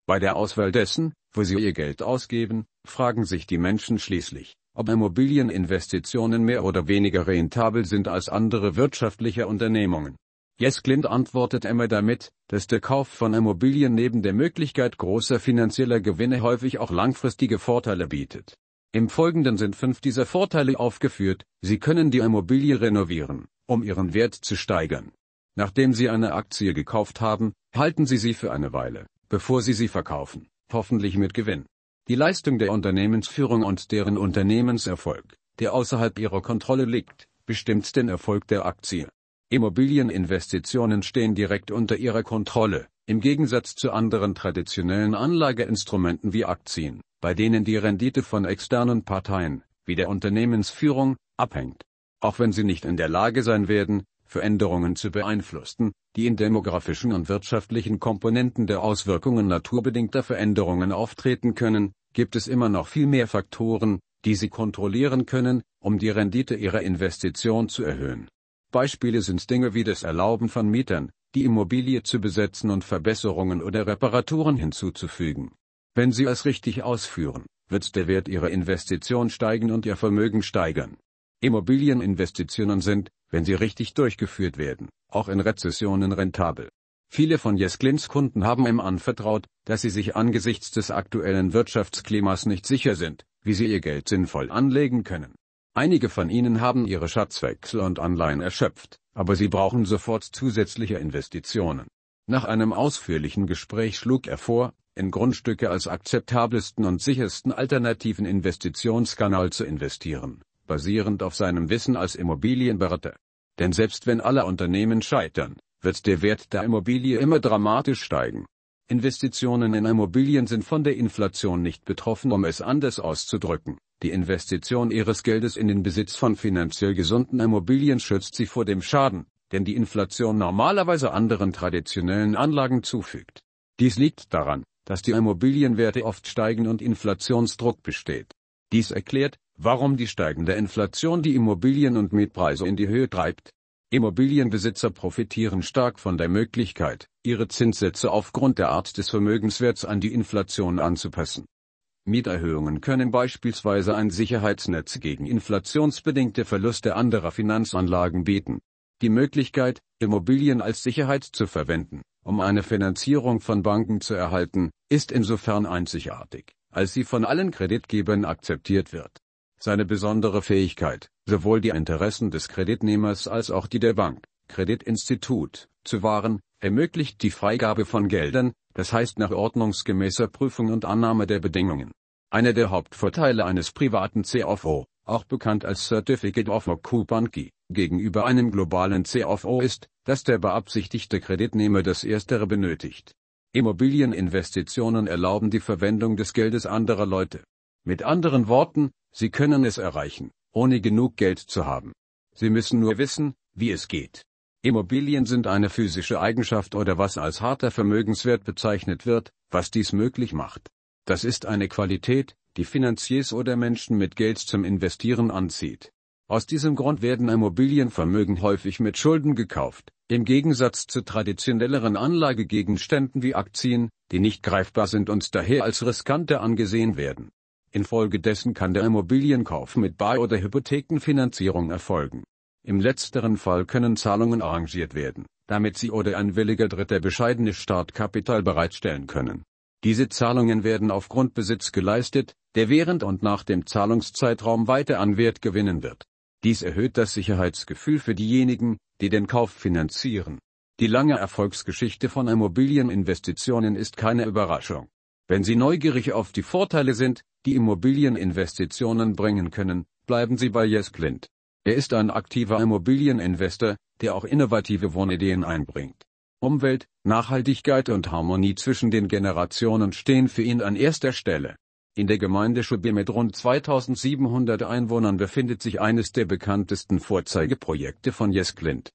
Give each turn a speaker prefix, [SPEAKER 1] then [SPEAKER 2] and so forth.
[SPEAKER 1] Bei der Auswahl dessen, wo sie ihr Geld ausgeben, fragen sich die Menschen schließlich, ob Immobilieninvestitionen mehr oder weniger rentabel sind als andere wirtschaftliche Unternehmungen. Jesklint antwortet immer damit, dass der Kauf von Immobilien neben der Möglichkeit großer finanzieller Gewinne häufig auch langfristige Vorteile bietet. Im Folgenden sind 5 dieser Vorteile aufgeführt. Sie können die Immobilie renovieren, um ihren Wert zu steigern. Nachdem Sie eine Aktie gekauft haben, halten Sie sie für eine Weile, bevor Sie sie verkaufen, hoffentlich mit Gewinn. Die Leistung der Unternehmensführung und deren Unternehmenserfolg, der außerhalb Ihrer Kontrolle liegt, bestimmt den Erfolg der Aktie. Immobilieninvestitionen stehen direkt unter Ihrer Kontrolle, im Gegensatz zu anderen traditionellen Anlageinstrumenten wie Aktien, bei denen die Rendite von externen Parteien, wie der Unternehmensführung, abhängt. Auch wenn Sie nicht in der Lage sein werden, Veränderungen zu beeinflussen, die in demografischen und wirtschaftlichen Komponenten der Auswirkungen naturbedingter Veränderungen auftreten können, gibt es immer noch viel mehr Faktoren, die Sie kontrollieren können, um die Rendite Ihrer Investition zu erhöhen. Beispiele sind Dinge wie das Erlauben von Mietern, die Immobilie zu besetzen und Verbesserungen oder Reparaturen hinzuzufügen. Wenn Sie es richtig ausführen, wird der Wert Ihrer Investition steigen und Ihr Vermögen steigern. Immobilieninvestitionen sind, wenn sie richtig durchgeführt werden, auch in Rezessionen rentabel. Viele von Jesklints Kunden haben ihm anvertraut, dass sie sich angesichts des aktuellen Wirtschaftsklimas nicht sicher sind, wie sie ihr Geld sinnvoll anlegen können. Einige von ihnen haben ihre Schatzwechsel und Anleihen erschöpft, aber sie brauchen sofort zusätzliche Investitionen. Nach einem ausführlichen Gespräch schlug er vor, in Grundstücke als akzeptabelsten und sichersten alternativen Investitionskanal zu investieren, basierend auf seinem Wissen als Immobilienberater. Denn selbst wenn alle Unternehmen scheitern, wird der Wert der Immobilie immer dramatisch steigen. Investitionen in Immobilien sind von der Inflation nicht betroffen, um es anders auszudrücken. Die Investition Ihres Geldes in den Besitz von finanziell gesunden Immobilien schützt Sie vor dem Schaden, den die Inflation normalerweise anderen traditionellen Anlagen zufügt. Dies liegt daran, dass die Immobilienwerte oft steigen und Inflationsdruck besteht. Dies erklärt, warum die steigende Inflation die Immobilien- und Mietpreise in die Höhe treibt. Immobilienbesitzer profitieren stark von der Möglichkeit, ihre Zinssätze aufgrund der Art des Vermögenswerts an die Inflation anzupassen. Mieterhöhungen können beispielsweise ein Sicherheitsnetz gegen inflationsbedingte Verluste anderer Finanzanlagen bieten. Die Möglichkeit, Immobilien als Sicherheit zu verwenden, um eine Finanzierung von Banken zu erhalten, ist insofern einzigartig, als sie von allen Kreditgebern akzeptiert wird. Seine besondere Fähigkeit, sowohl die Interessen des Kreditnehmers als auch die der Bank, Kreditinstitut, zu wahren, ermöglicht die Freigabe von Geldern, das heißt nach ordnungsgemäßer Prüfung und Annahme der Bedingungen. Einer der Hauptvorteile eines privaten CFO, auch bekannt als Certificate of Occupancy, gegenüber einem globalen CFO ist, dass der beabsichtigte Kreditnehmer das erstere benötigt. Immobilieninvestitionen erlauben die Verwendung des Geldes anderer Leute. Mit anderen Worten, Sie können es erreichen, ohne genug Geld zu haben. Sie müssen nur wissen, wie es geht. Immobilien sind eine physische Eigenschaft oder was als harter Vermögenswert bezeichnet wird, was dies möglich macht. Das ist eine Qualität, die Finanziers oder Menschen mit Geld zum Investieren anzieht. Aus diesem Grund werden Immobilienvermögen häufig mit Schulden gekauft, im Gegensatz zu traditionelleren Anlagegegenständen wie Aktien, die nicht greifbar sind und daher als riskanter angesehen werden. Infolgedessen kann der Immobilienkauf mit Bar- oder Hypothekenfinanzierung erfolgen. Im letzteren Fall können Zahlungen arrangiert werden, damit Sie oder ein williger Dritter bescheidenes Startkapital bereitstellen können. Diese Zahlungen werden auf Grundbesitz geleistet, der während und nach dem Zahlungszeitraum weiter an Wert gewinnen wird. Dies erhöht das Sicherheitsgefühl für diejenigen, die den Kauf finanzieren. Die lange Erfolgsgeschichte von Immobilieninvestitionen ist keine Überraschung. Wenn Sie neugierig auf die Vorteile sind, die Immobilieninvestitionen bringen können, bleiben Sie bei Jesklint. Er ist ein aktiver Immobilieninvestor, der auch innovative Wohnideen einbringt. Umwelt, Nachhaltigkeit und Harmonie zwischen den Generationen stehen für ihn an erster Stelle. In der Gemeinde Schubi mit rund 2700 Einwohnern befindet sich eines der bekanntesten Vorzeigeprojekte von Jesklint.